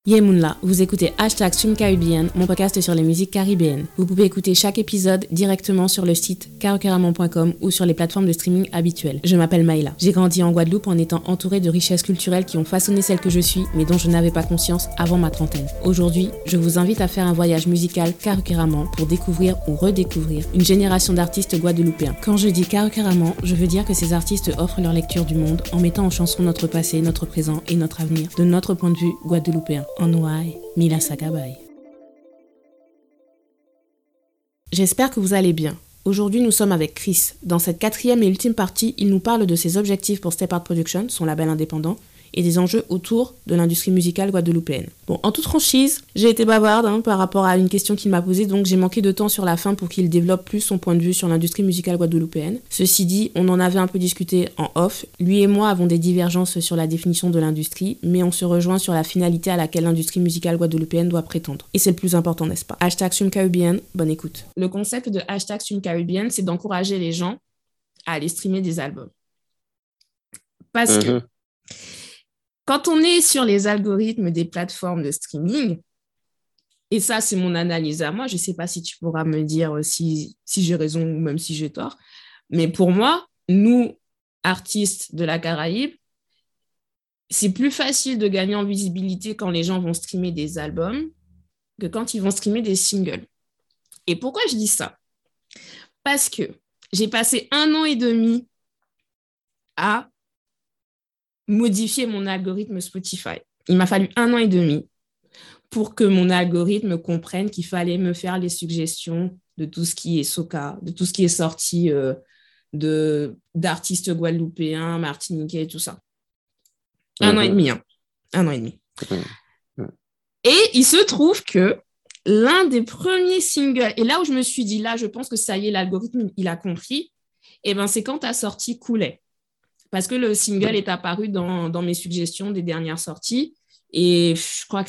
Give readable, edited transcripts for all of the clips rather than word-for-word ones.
Yemunla, vous écoutez Stream Caribbean, mon podcast sur les musiques caribéennes. Vous pouvez écouter chaque épisode directement sur le site karokeramon.com ou sur les plateformes de streaming habituelles. Je m'appelle Maïla. J'ai grandi en Guadeloupe en étant entourée de richesses culturelles qui ont façonné celle que je suis, mais dont je n'avais pas conscience avant ma trentaine. Aujourd'hui, je vous invite à faire un voyage musical karokeramon pour découvrir ou redécouvrir une génération d'artistes guadeloupéens. Quand je dis karokeramon, je veux dire que ces artistes offrent leur lecture du monde en mettant en chanson notre passé, notre présent et notre avenir de notre point de vue guadeloupéen. En Ouai, Mila Sakabay. J'espère que vous allez bien. Aujourd'hui, nous sommes avec Chris. Dans cette 4e et ultime partie, il nous parle de ses objectifs pour Step Art Production, son label indépendant, et des enjeux autour de l'industrie musicale guadeloupéenne. Bon, en toute franchise, j'ai été bavarde par rapport à une question qu'il m'a posée, donc j'ai manqué de temps sur la fin pour qu'il développe plus son point de vue sur l'industrie musicale guadeloupéenne. Ceci dit, on en avait un peu discuté en off. Lui et moi avons des divergences sur la définition de l'industrie, mais on se rejoint sur la finalité à laquelle l'industrie musicale guadeloupéenne doit prétendre. Et c'est le plus important, n'est-ce pas? Stream Caribbean, bonne écoute. Le concept de Stream Caribbean, c'est d'encourager les gens à aller streamer des albums. Parce que quand on est sur les algorithmes des plateformes de streaming, et ça, c'est mon analyse à moi, je ne sais pas si tu pourras me dire si j'ai raison ou même si j'ai tort, mais pour moi, nous, artistes de la Caraïbe, c'est plus facile de gagner en visibilité quand les gens vont streamer des albums que quand ils vont streamer des singles. Et pourquoi je dis ça? Parce que j'ai passé 1 an et demi à modifier mon algorithme Spotify. Il m'a fallu 1 an et demi pour que mon algorithme comprenne qu'il fallait me faire les suggestions de tout ce qui est soca, de tout ce qui est sorti d'artistes guadeloupéens, martiniquais et tout ça. 1 an et demi. 1 an et demi. Et il se trouve que l'un des premiers singles, et là où je me suis dit, là, je pense que ça y est, l'algorithme, il a compris, et ben, c'est quand tu as sorti Coulet. Parce que le single est apparu dans mes suggestions des dernières sorties. Et je crois que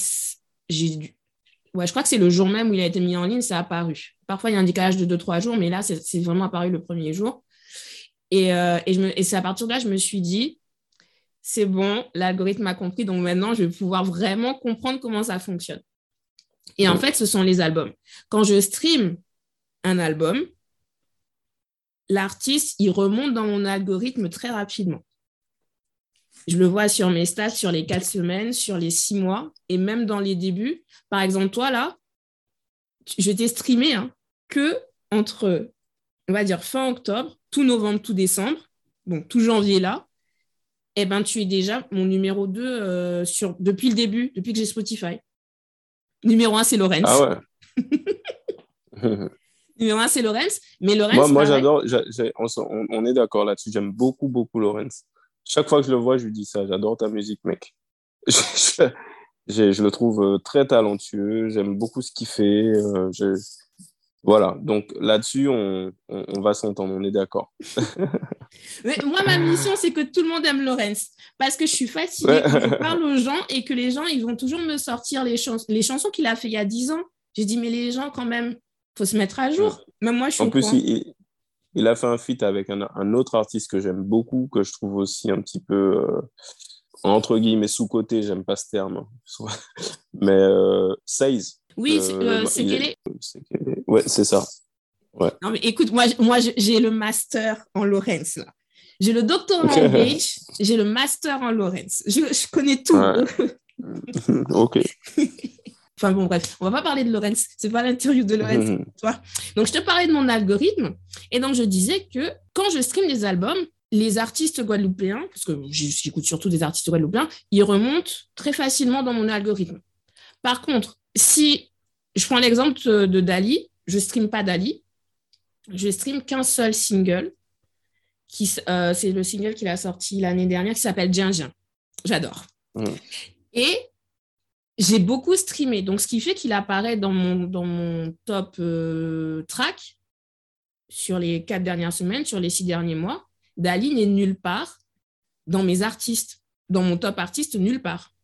c'est le jour même où il a été mis en ligne, c'est apparu. Parfois, il y a un décalage de 2-3 jours, mais là, c'est vraiment apparu le premier jour. Et c'est à partir de là, je me suis dit, c'est bon, l'algorithme a compris, donc maintenant, je vais pouvoir vraiment comprendre comment ça fonctionne. Et en fait, ce sont les albums. Quand je stream un album, l'artiste, il remonte dans mon algorithme très rapidement. Je le vois sur mes stats, sur les 4 semaines, sur les 6 mois, et même dans les débuts. Par exemple, toi, là, je t'ai streamé que entre, on va dire, fin octobre, tout novembre, tout décembre, bon, tout janvier, là, eh ben, tu es déjà mon numéro 2 depuis le début, depuis que j'ai Spotify. Numéro 1, c'est Lorenz. Ah ouais. Numéro 1, c'est Lorenz. Mais Lorenz, moi j'adore, on est d'accord là-dessus. J'aime beaucoup, beaucoup Lorenz. Chaque fois que je le vois, je lui dis ça. J'adore ta musique, mec. Je le trouve très talentueux. J'aime beaucoup ce qu'il fait. Voilà. Donc là-dessus, on va s'entendre. On est d'accord. Mais moi, ma mission, c'est que tout le monde aime Lorenz. Parce que je suis fatiguée quand je parle aux gens et que les gens, ils vont toujours me sortir les chansons qu'il a fait il y a 10 ans. J'ai dit, mais les gens, quand même, il faut se mettre à jour. Même moi, je suis en au plus, courant. il a fait un feat avec un autre artiste que j'aime beaucoup, que je trouve aussi un petit peu, entre guillemets, sous-coté. J'aime pas ce terme. Mais Saiz. Oui, c'est quel est. Ouais, c'est ça. Ouais. Non, mais écoute, moi j'ai le master en Lorenz, là. J'ai le doctorat en Gage, j'ai le master en Lorenz. Je connais tout. Ouais. OK. Enfin bon, bref, on va pas parler de Lorenz. C'est pas l'interview de Lorenz, toi. Donc, je te parlais de mon algorithme. Et donc, je disais que quand je stream des albums, les artistes guadeloupéens, parce que j'écoute surtout des artistes guadeloupéens, ils remontent très facilement dans mon algorithme. Par contre, si je prends l'exemple de Dali, je stream pas Dali, je stream qu'un seul single, c'est le single qu'il a sorti l'année dernière, qui s'appelle Djingien. J'adore. Et j'ai beaucoup streamé, donc ce qui fait qu'il apparaît dans mon top track sur les 4 dernières semaines, sur les 6 derniers mois. Dali n'est nulle part dans mes artistes, dans mon top artiste, nulle part.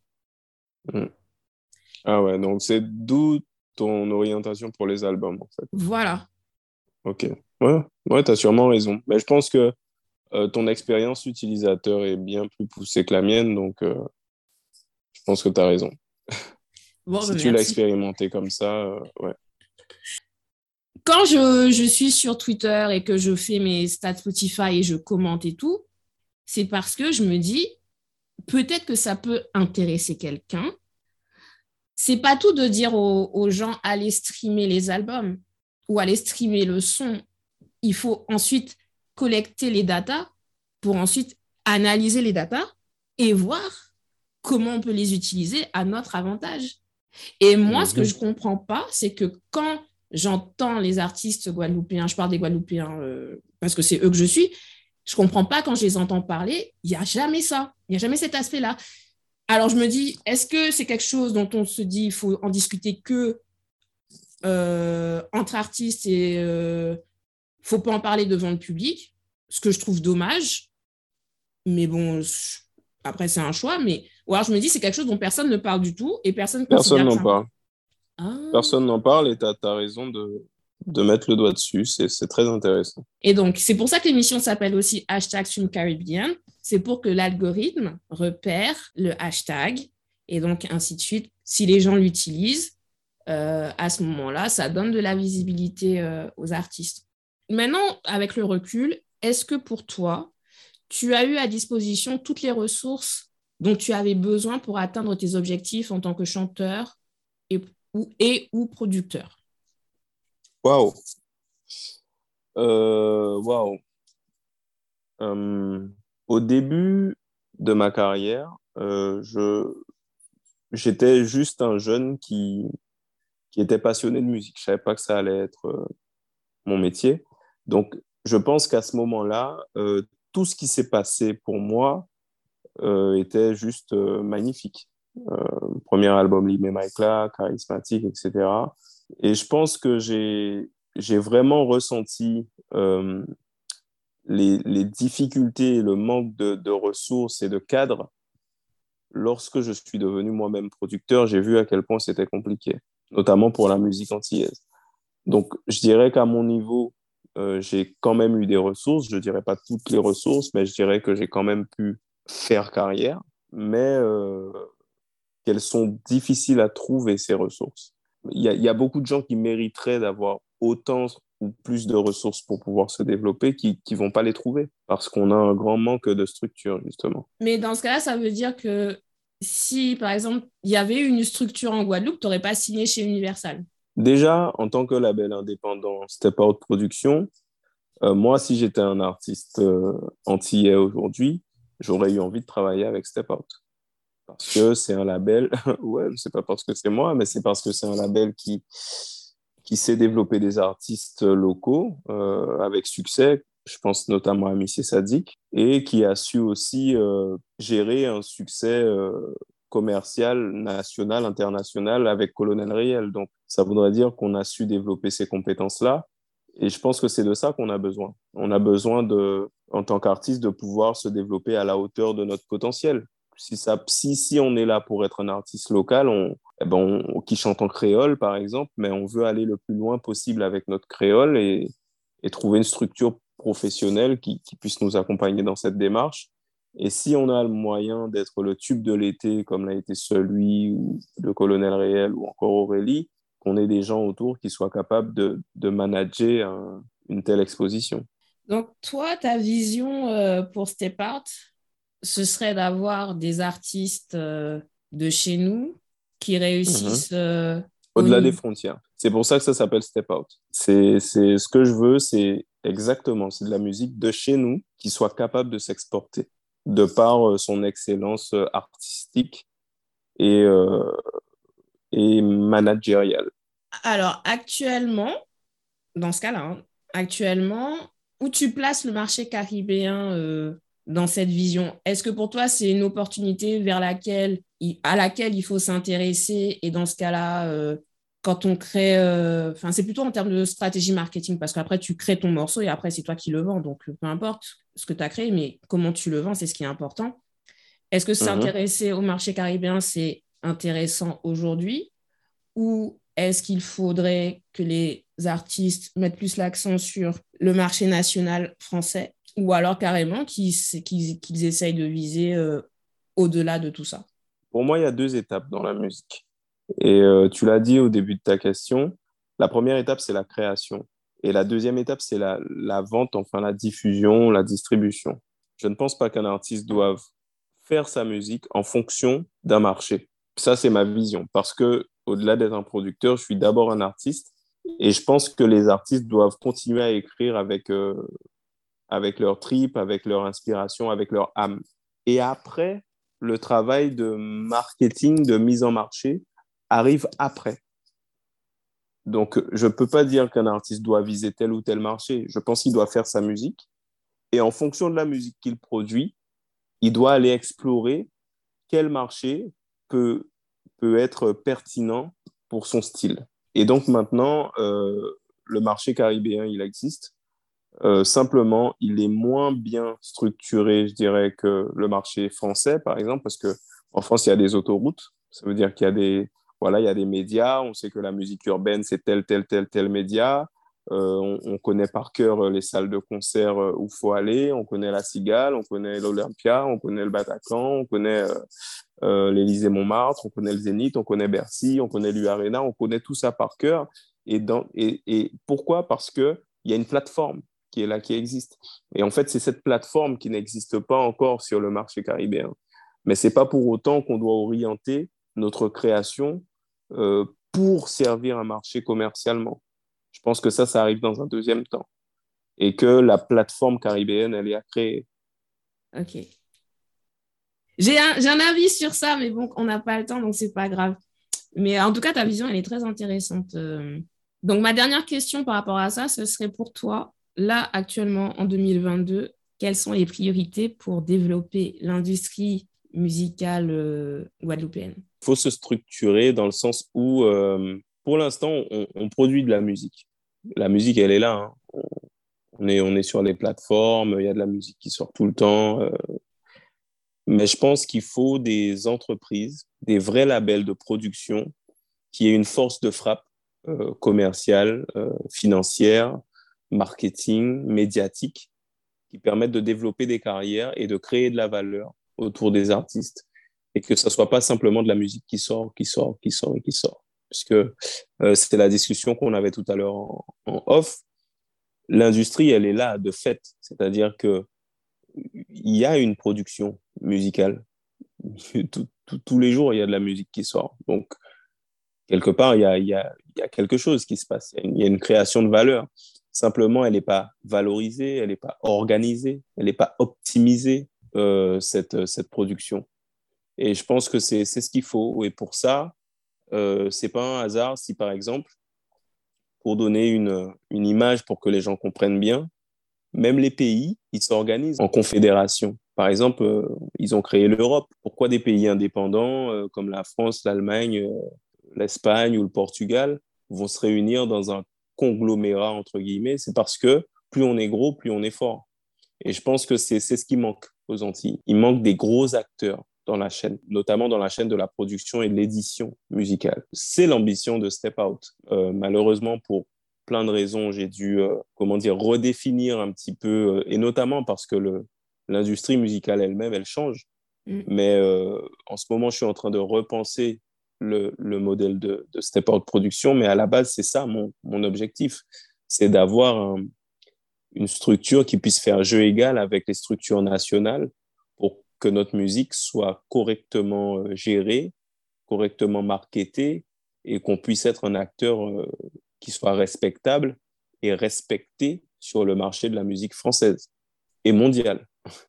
Ah ouais, donc c'est d'où ton orientation pour les albums, en fait. Voilà. OK. Ouais, tu as sûrement raison. Mais je pense que ton expérience utilisateur est bien plus poussée que la mienne, donc je pense que tu as raison. Bon, Si ben, tu l'as merci. expérimenté comme ça, ouais. Quand je suis sur Twitter et que je fais mes stats Spotify et je commente et tout, c'est parce que je me dis, peut-être que ça peut intéresser quelqu'un. C'est pas tout de dire aux gens, allez streamer les albums ou allez streamer le son. Il faut ensuite collecter les datas pour ensuite analyser les datas et voir comment on peut les utiliser à notre avantage. Et moi, ce que je Mhm. ne comprends pas, c'est que quand j'entends les artistes guadeloupéens, je parle des Guadeloupéens parce que c'est eux que je suis, je ne comprends pas quand je les entends parler, il n'y a jamais ça, il n'y a jamais cet aspect-là. Alors je me dis, est-ce que c'est quelque chose dont on se dit il faut en discuter que entre artistes et faut pas en parler devant le public, ce que je trouve dommage, mais bon, après c'est un choix, mais ou alors je me dis c'est quelque chose dont personne ne parle du tout et personne ne Personne considère que n'en c'est important. parle. Ah. Personne n'en parle et tu as raison de mettre le doigt dessus. C'est très intéressant. Et donc, c'est pour ça que l'émission s'appelle aussi hashtag Stream Caribbean. C'est pour que l'algorithme repère le hashtag et donc ainsi de suite. Si les gens l'utilisent, à ce moment-là, ça donne de la visibilité aux artistes. Maintenant, avec le recul, est-ce que pour toi, tu as eu à disposition toutes les ressources dont tu avais besoin pour atteindre tes objectifs en tant que chanteur et ou producteur? Waouh! Waouh! Euh, Au début de ma carrière, j'étais juste un jeune qui était passionné de musique. Je savais pas que ça allait être mon métier. Donc, je pense qu'à ce moment-là, tout ce qui s'est passé pour moi était juste magnifique. Premier album Limé Mike charismatique, etc. Et je pense que j'ai vraiment ressenti les difficultés et le manque de ressources et de cadres lorsque je suis devenu moi-même producteur. J'ai vu à quel point c'était compliqué, notamment pour la musique antillaise. Donc, je dirais qu'à mon niveau, j'ai quand même eu des ressources. Je dirais pas toutes les ressources, mais je dirais que j'ai quand même pu faire carrière. Mais qu'elles sont difficiles à trouver, ces ressources. Il y a beaucoup de gens qui mériteraient d'avoir autant ou plus de ressources pour pouvoir se développer qui ne vont pas les trouver parce qu'on a un grand manque de structure, justement. Mais dans ce cas-là, ça veut dire que si, par exemple, il y avait une structure en Guadeloupe, tu n'aurais pas signé chez Universal. Déjà, en tant que label indépendant Step Out Production, moi, si j'étais un artiste antillais aujourd'hui, j'aurais eu envie de travailler avec Step Out. Parce que c'est un label, ouais, c'est pas parce que c'est moi, mais c'est parce que c'est un label qui sait développer des artistes locaux avec succès. Je pense notamment à Missy Sadik et qui a su aussi gérer un succès commercial, national, international avec Colonel Riel. Donc, ça voudrait dire qu'on a su développer ces compétences-là. Et je pense que c'est de ça qu'on a besoin. On a besoin en tant qu'artiste, de pouvoir se développer à la hauteur de notre potentiel. Si on est là pour être un artiste local, eh ben qui chante en créole, par exemple, mais on veut aller le plus loin possible avec notre créole et trouver une structure professionnelle qui puisse nous accompagner dans cette démarche. Et si on a le moyen d'être le tube de l'été, comme l'a été celui ou de Colonel Réel ou encore Aurélie, qu'on ait des gens autour qui soient capables de manager une telle exposition. Donc, toi, ta vision pour Step Art, ce serait d'avoir des artistes de chez nous qui Mhm. réussissent au Au-delà des niveau. frontières. C'est pour ça que ça s'appelle Step Out. C'est ce que je veux, c'est exactement, c'est de la musique de chez nous qui soit capable de s'exporter de par son excellence artistique et, euh, et managériale. Alors, actuellement, dans ce cas-là, hein, actuellement, où tu places le marché caribéen dans cette vision? Est-ce que pour toi, c'est une opportunité à laquelle il faut s'intéresser et dans ce cas-là, quand on crée, enfin, c'est plutôt en termes de stratégie marketing parce qu'après, tu crées ton morceau et après, c'est toi qui le vends. Donc, peu importe ce que tu as créé, mais comment tu le vends, c'est ce qui est important. Est-ce que Mhm. s'intéresser au marché caribéen, c'est intéressant aujourd'hui? Ou est-ce qu'il faudrait que les artistes mettent plus l'accent sur le marché national français ou alors carrément qu'ils essayent de viser au-delà de tout ça? Pour moi, il y a deux étapes dans la musique. Et tu l'as dit au début de ta question, la première étape, c'est la création. Et la deuxième étape, c'est la vente, enfin la diffusion, la distribution. Je ne pense pas qu'un artiste doive faire sa musique en fonction d'un marché. Ça, c'est ma vision. Parce que, au-delà d'être un producteur, je suis d'abord un artiste. Et je pense que les artistes doivent continuer à écrire avec leur trip, avec leur inspiration, avec leur âme. Et après, le travail de marketing, de mise en marché arrive après. Donc, je ne peux pas dire qu'un artiste doit viser tel ou tel marché. Je pense qu'il doit faire sa musique. Et en fonction de la musique qu'il produit, il doit aller explorer quel marché peut, peut être pertinent pour son style. Et donc maintenant, le marché caribéen, il existe. Simplement, il est moins bien structuré, je dirais, que le marché français, par exemple, parce que en France, il y a des autoroutes. Ça veut dire qu'il y a voilà, il y a des médias. On sait que la musique urbaine, c'est tel média. On connaît par cœur les salles de concert où il faut aller. On connaît la Cigale, on connaît l'Olympia, on connaît le Bataclan, on connaît l'Élysée-Montmartre, on connaît le Zénith, on connaît Bercy, on connaît l'U-Arena, on connaît tout ça par cœur. Et pourquoi? Parce qu'il y a une plateforme qui est là, qui existe. Et en fait, c'est cette plateforme qui n'existe pas encore sur le marché caribéen. Mais ce n'est pas pour autant qu'on doit orienter notre création pour servir un marché commercialement. Je pense que ça arrive dans un deuxième temps. Et que la plateforme caribéenne, elle est à créer. Ok. J'ai un avis sur ça, mais bon, on n'a pas le temps, donc c'est pas grave. Mais en tout cas, ta vision, elle est très intéressante. Donc, ma dernière question par rapport à ça, ce serait pour toi, là, actuellement, en 2022, quelles sont les priorités pour développer l'industrie musicale guadeloupéenne? Il faut se structurer dans le sens où, pour l'instant, on produit de la musique. La musique, elle est là. Hein. On est sur les plateformes, il y a de la musique qui sort tout le temps. Mais je pense qu'il faut des entreprises, des vrais labels de production qui aient une force de frappe commerciale, financière, marketing, médiatique, qui permettent de développer des carrières et de créer de la valeur autour des artistes. Et que ça soit pas simplement de la musique qui sort, qui sort, qui sort et qui sort. Parce que c'était la discussion qu'on avait tout à l'heure en off. L'industrie, elle est là de fait. C'est-à-dire que il y a une production musicale. Tous les jours, il y a de la musique qui sort. Donc, quelque part, il y a quelque chose qui se passe. Il y a une création de valeur. Simplement, elle n'est pas valorisée, elle n'est pas organisée, elle n'est pas optimisée, cette production. Et je pense que c'est ce qu'il faut. Et pour ça, c'est pas un hasard si, par exemple, pour donner une image pour que les gens comprennent bien, même les pays, ils s'organisent en confédération. Par exemple, ils ont créé l'Europe. Pourquoi des pays indépendants comme la France, l'Allemagne, l'Espagne ou le Portugal vont se réunir dans un conglomérat, entre guillemets? C'est parce que plus on est gros, plus on est fort. Et je pense que c'est ce qui manque aux Antilles. Il manque des gros acteurs dans la chaîne, notamment dans la chaîne de la production et de l'édition musicale. C'est l'ambition de Step Out. Malheureusement, pour plein de raisons, j'ai dû, comment dire, redéfinir un petit peu, et notamment parce que l'industrie musicale elle-même, elle change. Mais en ce moment, je suis en train de repenser le modèle de Step Out Production, mais à la base, c'est ça mon objectif. C'est d'avoir une structure qui puisse faire jeu égal avec les structures nationales pour que notre musique soit correctement gérée, correctement marketée et qu'on puisse être un acteur qui soit respectable et respecté sur le marché de la musique française et mondiale.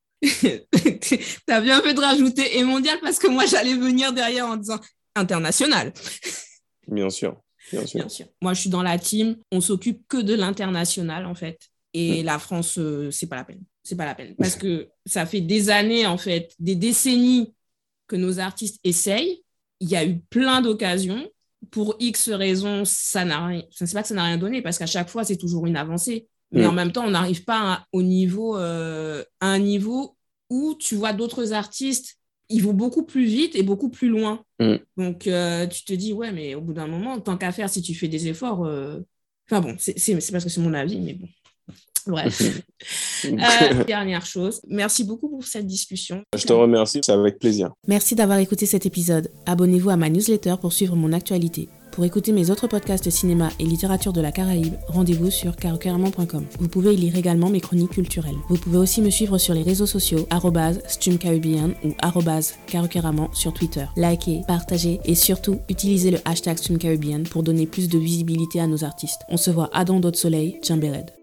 T'as bien fait de rajouter et mondial parce que moi, j'allais venir derrière en disant international. Bien sûr, bien sûr. Bien sûr. Moi, je suis dans la team. On s'occupe que de l'international, en fait. Et la France, c'est pas la peine. C'est pas la peine. Parce que ça fait des années, en fait, des décennies que nos artistes essayent. Il y a eu plein d'occasions. Pour X raisons, ça n'a rien. Je ne sais pas que ça n'a rien donné parce qu'à chaque fois, c'est toujours une avancée. Mais en même temps, on n'arrive pas à un niveau où tu vois d'autres artistes, ils vont beaucoup plus vite et beaucoup plus loin. Donc, tu te dis, ouais, mais au bout d'un moment, tant qu'à faire, si tu fais des efforts... Enfin bon, c'est parce que c'est mon avis, mais bon. Bref. Dernière chose, merci beaucoup pour cette discussion. Je te remercie, c'est avec plaisir. Merci d'avoir écouté cet épisode. Abonnez-vous à ma newsletter pour suivre mon actualité. Pour écouter mes autres podcasts de cinéma et littérature de la Caraïbe, rendez-vous sur carocaramon.com. Vous pouvez y lire également mes chroniques culturelles. Vous pouvez aussi me suivre sur les réseaux sociaux @StumCaribbean ou @carocaramon sur Twitter. Likez, partagez et surtout utilisez le hashtag StumCaribbean pour donner plus de visibilité à nos artistes. On se voit à Don d'autres soleil, Tchambéred.